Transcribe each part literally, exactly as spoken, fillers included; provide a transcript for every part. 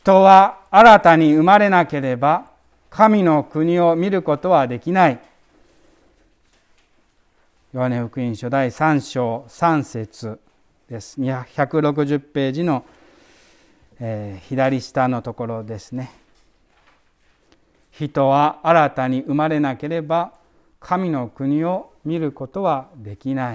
人は新たに生まれなければ神の国を見ることはできない。ヨハネ福音書だいさん章さん節です。ひゃくろくじゅうページの、えー、左下のところですね。人は新たに生まれなければ神の国を見ることはできない。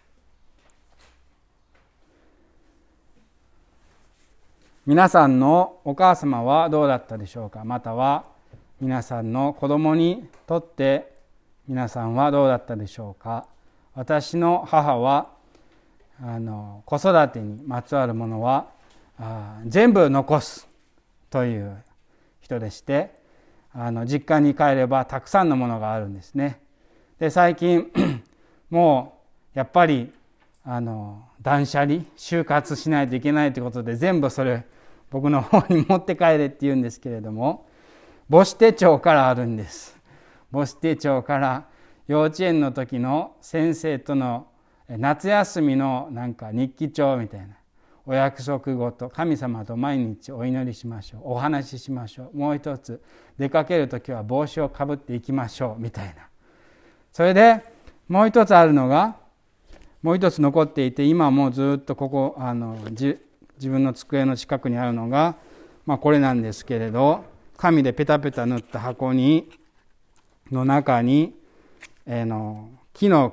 皆さんのお母様はどうだったでしょうか。または皆さんの子供にとって皆さんはどうだったでしょうか。私の母はあの子育てにまつわるものはあ全部残すという人でして、あの実家に帰ればたくさんのものがあるんですね。で最近もうやっぱりあの断捨離就活しないといけないということで、全部それ僕の方に持って帰れって言うんですけれども、母子手帳からあるんです。母子手帳から幼稚園の時の先生との夏休みのなんか日記帳みたいな、お約束事、神様と毎日お祈りしましょう、お話ししましょう、もう一つ出かける時は帽子をかぶっていきましょうみたいな。それでもう一つあるのが、もう一つ残っていて、今もうずっとここあのじ自分の机の近くにあるのが、まあ、これなんですけれど、紙でペタペタ塗った箱にの中に、えー、の木の、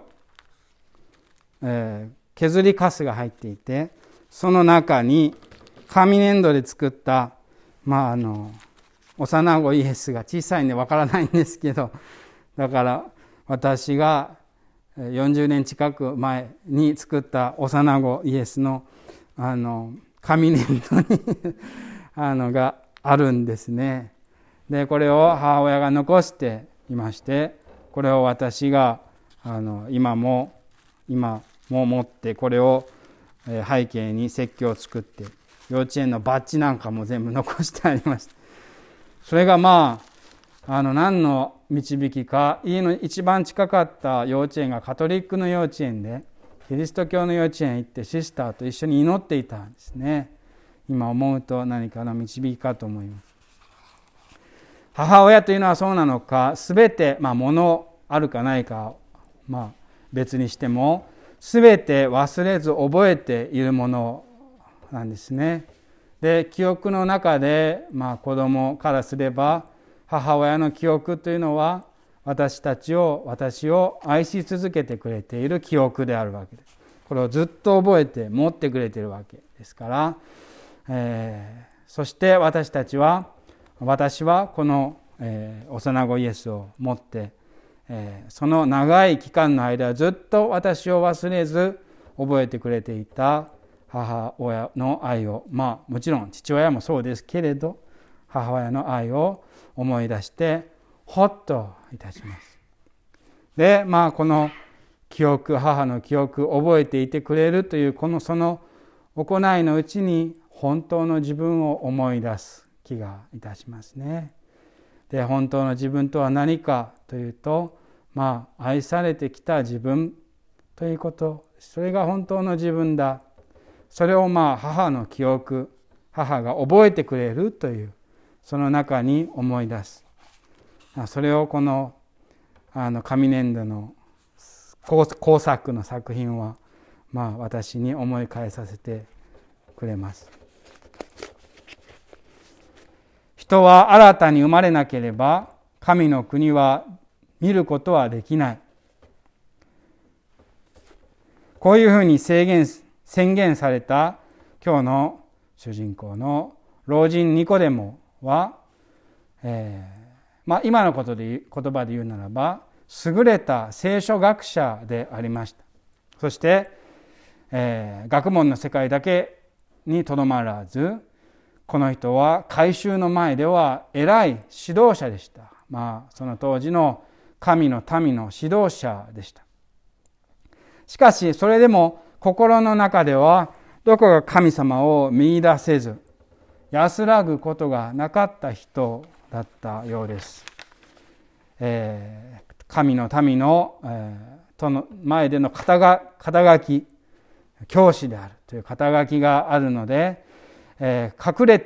えー、削りカスが入っていて、その中に紙粘土で作った、まあ、あの幼子イエスが小さいんでわからないんですけど、だから私がよんじゅうねん近く前に作った幼子イエスのあの紙粘土にあのがあるんですね。でこれを母親が残していまして、これを私があの今も今も持って、これを背景に説教を作って、幼稚園のバッジなんかも全部残してありました。それがまああの何の導きか、家の一番近かった幼稚園がカトリックの幼稚園で、キリスト教の幼稚園へ行ってシスターと一緒に祈っていたんですね。今思うと何かの導きかと思います。母親というのはそうなのか、すべて、まあ、物あるかないか、まあ、別にしてもすべて忘れず覚えているものなんですね。で記憶の中で、まあ、子供からすれば母親の記憶というのは私たちを私を愛し続けてくれている記憶であるわけです。これをずっと覚えて持ってくれているわけですから、えー、そして私たちは私はこの、えー、幼子イエスを持って、えー、その長い期間の間ずっと私を忘れず覚えてくれていた母親の愛を、まあもちろん父親もそうですけれど、母親の愛を思い出してほっといたします。でまあこの記憶、母の記憶覚えていてくれるというこのその行いのうちに本当の自分を思い出す気がいたしますね。で本当の自分とは何かというと、まあ愛されてきた自分ということ、それが本当の自分だ。それをまあ母の記憶、母が覚えてくれるというその中に思い出す。それをこのあの紙粘土の工作の作品は、まあ私に思い返させてくれます。人は新たに生まれなければ神の国は見ることはできない。こういうふうに制限宣言された今日の主人公の老人ニコデモは、えーまあ、今のことで言葉で言うならば優れた聖書学者でありました。そして、えー、学問の世界だけにとどまらず、この人は改宗の前では偉い指導者でした。まあその当時の神の民の指導者でした。しかしそれでも心の中ではどこか神様を見出せず、安らぐことがなかった人だったようです。えー、神の民の、えー、との前での肩が肩書き、教師であるという肩書きがあるので、えー、隠れて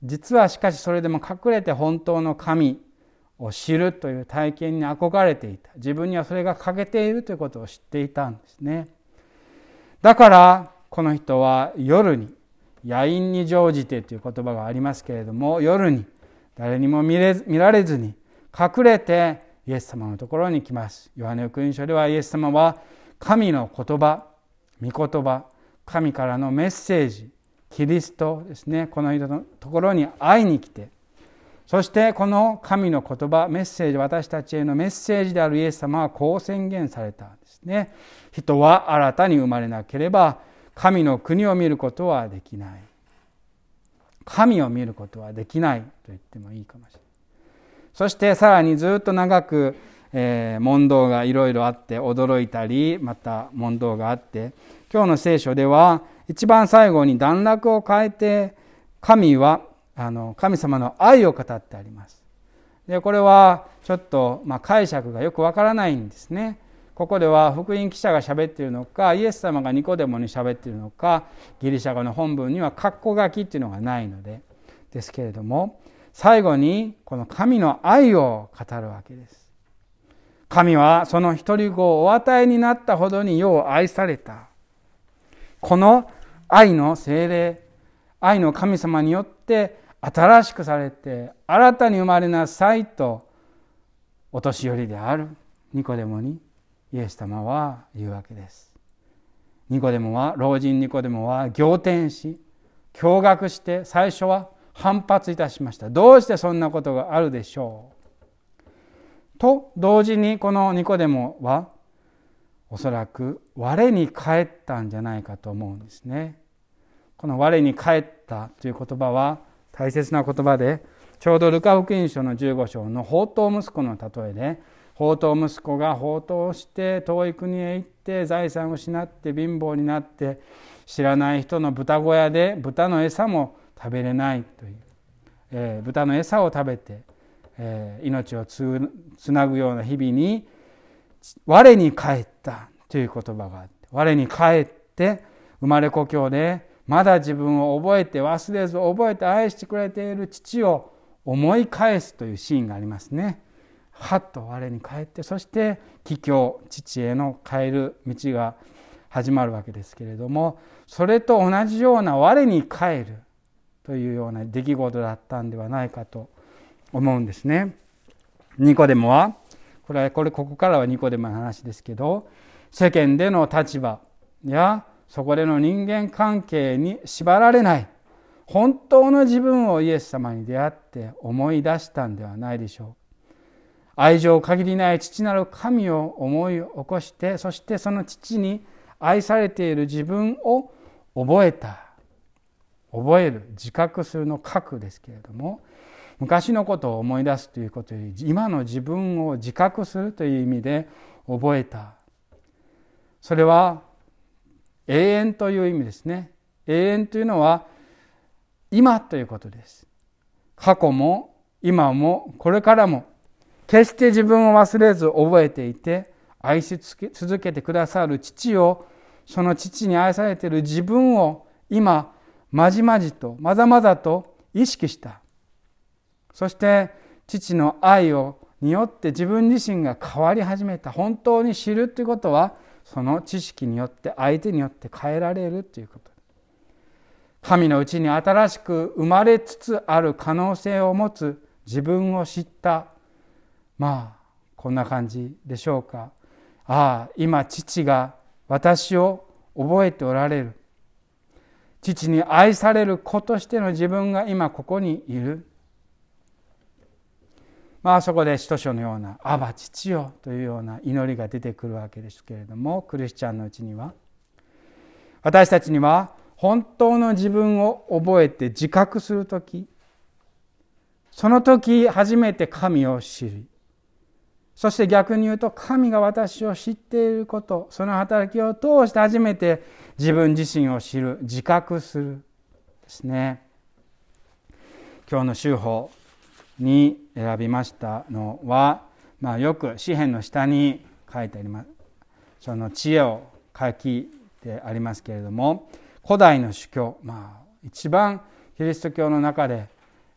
実はしかしそれでも隠れて本当の神を知るという体験に憧れていた。自分にはそれが欠けているということを知っていたんですね。だからこの人は夜に、夜陰に乗じてという言葉がありますけれども、夜に誰にも見れ見られずに隠れてイエス様のところに来ます。ヨハネ福音書ではイエス様は神の言葉、御言葉、神からのメッセージ、キリストですね、この人のところに会いに来て、そしてこの神の言葉、メッセージ、私たちへのメッセージであるイエス様はこう宣言されたんですね。人は新たに生まれなければ神の国を見ることはできない。神を見ることはできないと言ってもいいかもしれない。そしてさらにずっと長く、えー、問答がいろいろあって驚いたり、また問答があって、今日の聖書では一番最後に段落を変えて、神はあの神様の愛を語ってあります。でこれはちょっと、まあ、解釈がよくわからないんですね。ここでは福音記者が喋っているのか、イエス様がニコデモに喋っているのか、ギリシャ語の本文には括弧書きっていうのがないのでですけれども、最後にこの神の愛を語るわけです。神はその一人子をお与えになったほどに世を愛された。この愛の聖霊、愛の神様によって新しくされて新たに生まれなさいと、お年寄りであるニコデモにイエス様は言うわけです。ニコデモは、老人ニコデモは仰天し、驚愕して最初は反発いたしました。どうしてそんなことがあるでしょうと同時に、このニコデモはおそらく我に返ったんじゃないかと思うんですね。この我に返ったという言葉は大切な言葉で、ちょうどルカ福音書のじゅうご章の放蕩息子の例えで、放蕩息子が放蕩して遠い国へ行って財産を失って貧乏になって、知らない人の豚小屋で豚の餌も食べれないという、えー、豚の餌を食べて、えー、命を つ, つなぐような日々に我に返ったという言葉があって、我に返って生まれ故郷でまだ自分を覚えて忘れず覚えて愛してくれている父を思い返すというシーンがありますね。はっと我に返って、そして帰郷、父への帰る道が始まるわけですけれども、それと同じような我に帰るというような出来事だったんではないかと思うんですね。ニコデモは、これはこれここからはニコデモの話ですけど、世間での立場やそこでの人間関係に縛られない本当の自分をイエス様に出会って思い出したんではないでしょう。愛情を限りない父なる神を思い起こして、そしてその父に愛されている自分を覚えた。覚える、自覚するの書くですけれども、昔のことを思い出すということより今の自分を自覚するという意味で覚えた。それは永遠という意味ですね。永遠というのは今ということです。過去も今もこれからも決して自分を忘れず覚えていて愛し続けてくださる父を、その父に愛されている自分を今まじまじとまざまざと意識した。そして父の愛をによって自分自身が変わり始めた。本当に知るということは、その知識によって相手によって変えられるということ。神のうちに新しく生まれつつある可能性を持つ自分を知った。まあこんな感じでしょうか。ああ、今父が私を覚えておられる。父に愛される子としての自分が今ここにいる。まあそこで使徒書のようなアバ父よというような祈りが出てくるわけですけれども、クリスチャンのうちには私たちには本当の自分を覚えて自覚するとき、その時初めて神を知り、そして逆に言うと神が私を知っていること、その働きを通して初めて自分自身を知る、自覚するですね。今日の週報に選びましたのは、まあ、よく詩篇の下に書いてあります、その知恵を書きてありますけれども、古代の主教、まあ、一番キリスト教の中で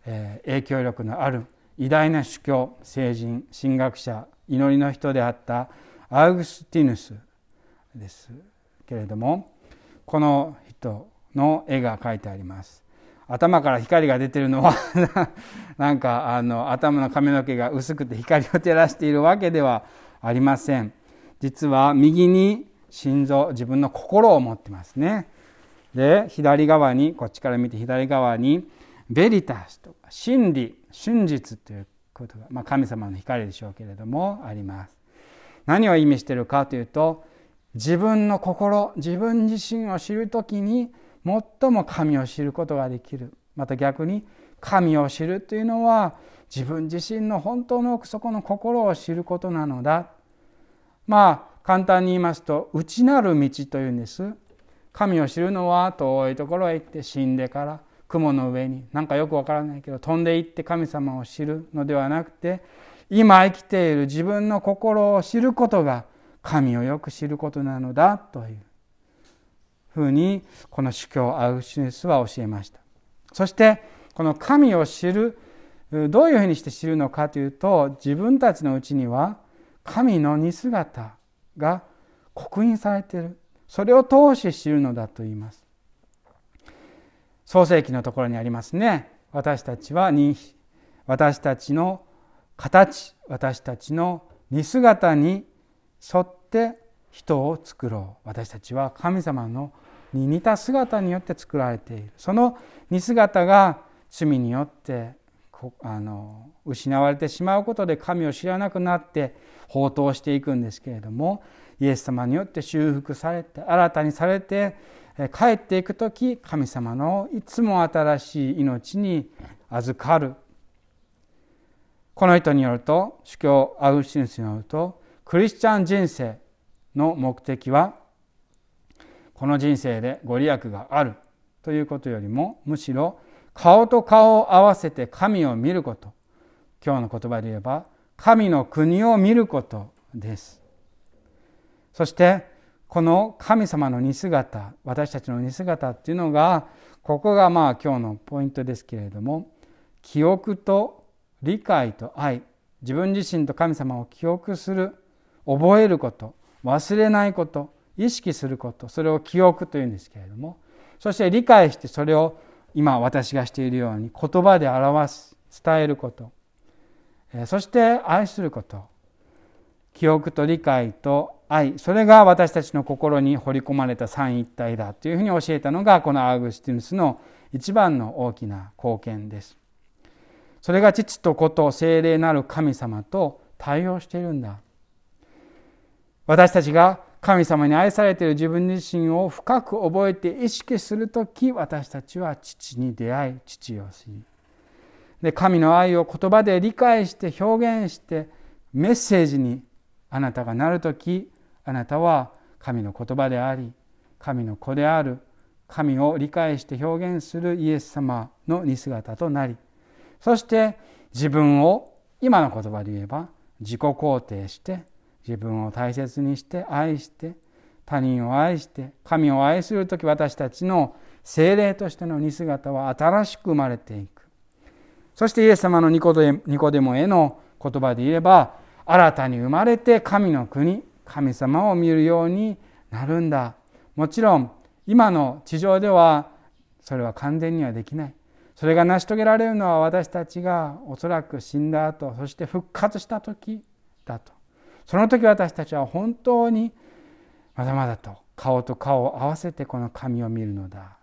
えー、影響力のある偉大な主教、聖人、神学者、祈りの人であったアウグスティヌスですけれども、この人の絵が描いてあります。頭から光が出ているのはなんかあの頭の髪の毛が薄くて光を照らしているわけではありません。実は右に心臓、自分の心を持ってますね。で、左側に、こっちから見て左側にベリタスとか真理、真実ということが、まあ、神様の光でしょうけれどもあります。何を意味しているかというと、自分の心、自分自身を知るときに最も神を知ることができる。また逆に神を知るというのは自分自身の本当の奥底の心を知ることなのだ。まあ簡単に言いますと、内なる道というんです。神を知るのは遠いところへ行って死んでから雲の上になんかよくわからないけど飛んで行って神様を知るのではなくて、今生きている自分の心を知ることが神をよく知ることなのだというふうにこの主教アウグスティヌスは教えました。そしてこの神を知る、どういうふうにして知るのかというと、自分たちのうちには神の似姿が刻印されている。それを通して知るのだと言います。創世記のところにありますね。私たちはに私たちの形、私たちの似姿に沿って人を作ろう。私たちは神様のに似た姿によって作られている。その似姿が罪によってあの失われてしまうことで神を知らなくなって放蕩していくんですけれども、イエス様によって修復されて新たにされて帰っていくとき、神様のいつも新しい命に預かる。この人によると、主教アウグスティヌスによると、クリスチャン人生の目的はこの人生でご利益があるということよりも、むしろ顔と顔を合わせて神を見ること、今日の言葉で言えば神の国を見ることです。そしてこの神様の似姿、私たちの似姿っていうのが、ここがまあ今日のポイントですけれども、記憶と理解と愛、自分自身と神様を記憶する、覚えること、忘れないこと、意識すること、それを記憶というんですけれども、そして理解してそれを今私がしているように言葉で表す、伝えること、そして愛すること、記憶と理解と愛、それが私たちの心に彫り込まれた三位一体だというふうに教えたのが、このアウグスティヌスの一番の大きな貢献です。それが父と子と聖霊なる神様と対応しているんだ。私たちが神様に愛されている自分自身を深く覚えて意識するとき、私たちは父に出会い、父を知り、で神の愛を言葉で理解して表現してメッセージにあなたがなるとき、あなたは神の言葉であり、神の子である、神を理解して表現するイエス様の似姿となり、そして自分を今の言葉で言えば自己肯定して、自分を大切にして愛して、他人を愛して神を愛するとき、私たちの聖霊としての似姿は新しく生まれていく。そしてイエス様のニコデモへの言葉で言えば、新たに生まれて神の国、神様を見るようになるんだ。もちろん今の地上ではそれは完全にはできない。それが成し遂げられるのは私たちがおそらく死んだ後、そして復活した時だと。その時私たちは本当にまだまだと顔と顔を合わせてこの神を見るのだ。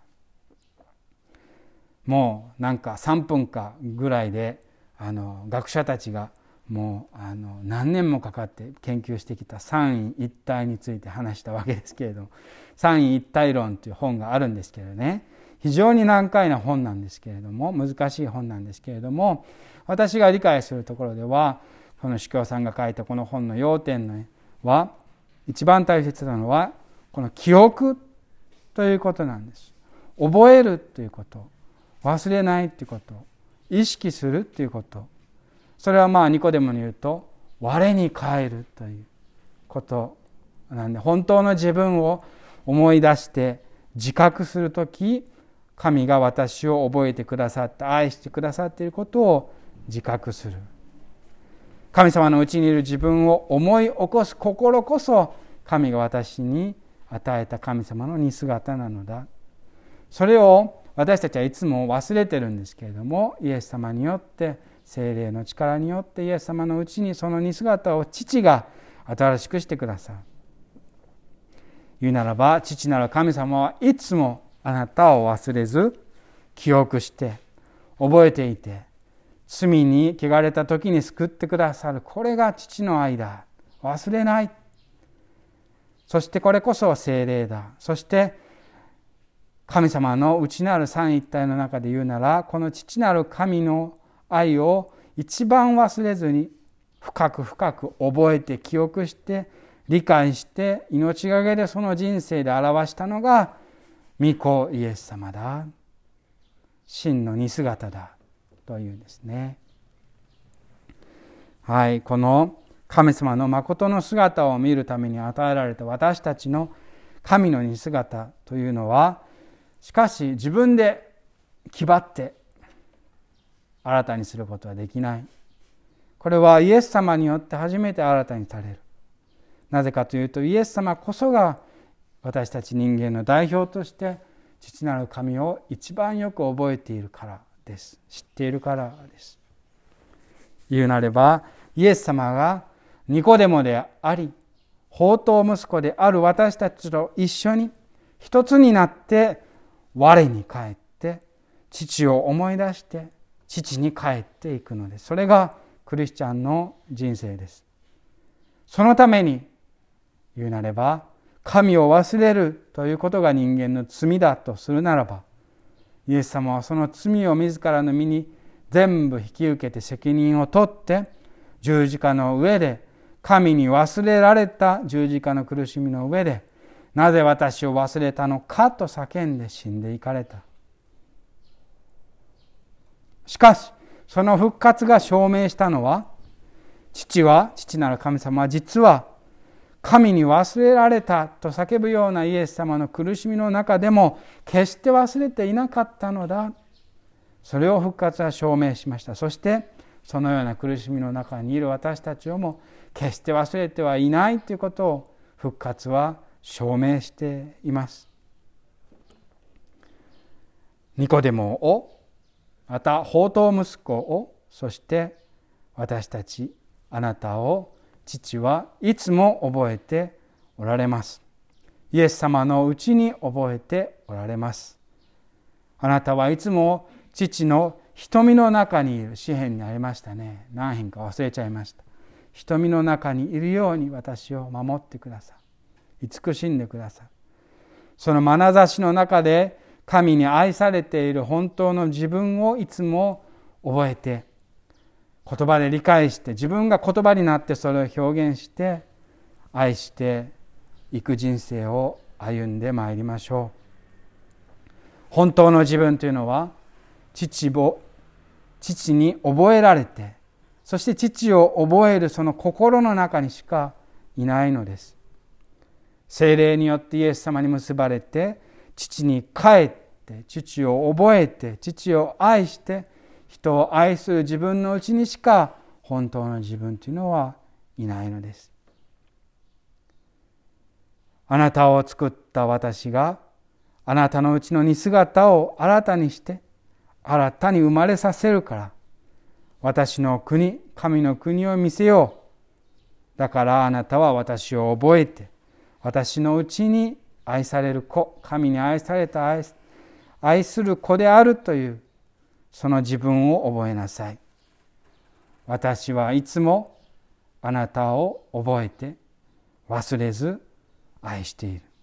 もうなんかさんぷんかぐらいであの学者たちがもうあの何年もかかって研究してきた三位一体について話したわけですけれども、三位一体論という本があるんですけれどね、非常に難解な本なんですけれども、難しい本なんですけれども、私が理解するところでは、この主教さんが書いたこの本の要点は、一番大切なのはこの記憶ということなんです。覚えるということ、忘れないということ、意識するということ、それはまあニコデモに言うと我に返るということなんで、本当の自分を思い出して自覚するとき、 神が私を覚えてくださって愛してくださっていることを自覚する。神様のうちにいる自分を思い起こす心こそ神が私に与えた神様の似姿なのだ。それを私たちはいつも忘れてるんですけれども、イエス様によって聖霊の力によってイエス様のうちにその似姿を父が新しくしてくださる。言うならば、父なる神様はいつもあなたを忘れず記憶して覚えていて、罪に汚れた時に救ってくださる。これが父の愛だ。忘れない。そしてこれこそ聖霊だ。そして神様の内なる三一体の中で言うなら、この父なる神の愛を一番忘れずに深く深く覚えて記憶して理解して命がけでその人生で表したのが御子イエス様だ。真の似姿だというんですね。はい、この神様の誠の姿を見るために与えられた私たちの神の似姿というのは、しかし自分で気張って新たにすることはできない。これはイエス様によって初めて新たにされる。なぜかというと、イエス様こそが私たち人間の代表として父なる神を一番よく覚えているからです。知っているからです。言うなれば、イエス様がニコデモであり、放蕩息子である私たちと一緒に一つになって我に帰って父を思い出して父に帰っていくのです。それがクリスチャンの人生です。そのために言うなれば、神を忘れるということが人間の罪だとするならば、イエス様はその罪を自らの身に全部引き受けて責任を取って十字架の上で、神に忘れられた十字架の苦しみの上で、なぜ私を忘れたのかと叫んで死んでいかれた。しかしその復活が証明したのは、父は父なる神様は実は神に忘れられたと叫ぶようなイエス様の苦しみの中でも決して忘れていなかったのだ。それを復活は証明しました。そしてそのような苦しみの中にいる私たちをも決して忘れてはいないということを復活は証明しています。ニコデモを、また放蕩息子を、そして私たちあなたを父はいつも覚えておられます。イエス様のうちに覚えておられます。あなたはいつも父の瞳の中にいる。詩編にありましたね。何編か忘れちゃいました。瞳の中にいるように私を守ってください。慈しんでください。その眼差しの中で神に愛されている本当の自分をいつも覚えて、言葉で理解して、自分が言葉になってそれを表現して愛していく人生を歩んでまいりましょう。本当の自分というのは父を父に覚えられて、そして父を覚えるその心の中にしかいないのです。聖霊によってイエス様に結ばれて、父に帰って父を覚えて父を愛して人を愛する自分のうちにしか本当の自分というのはいないのです。あなたを作った私があなたのうちの似姿を新たにして新たに生まれさせるから、私の国、神の国を見せよう。だからあなたは私を覚えて、私のうちに愛される子、神に愛された 愛, 愛する子であるというその自分を覚えなさい。私はいつもあなたを覚えて忘れず愛している。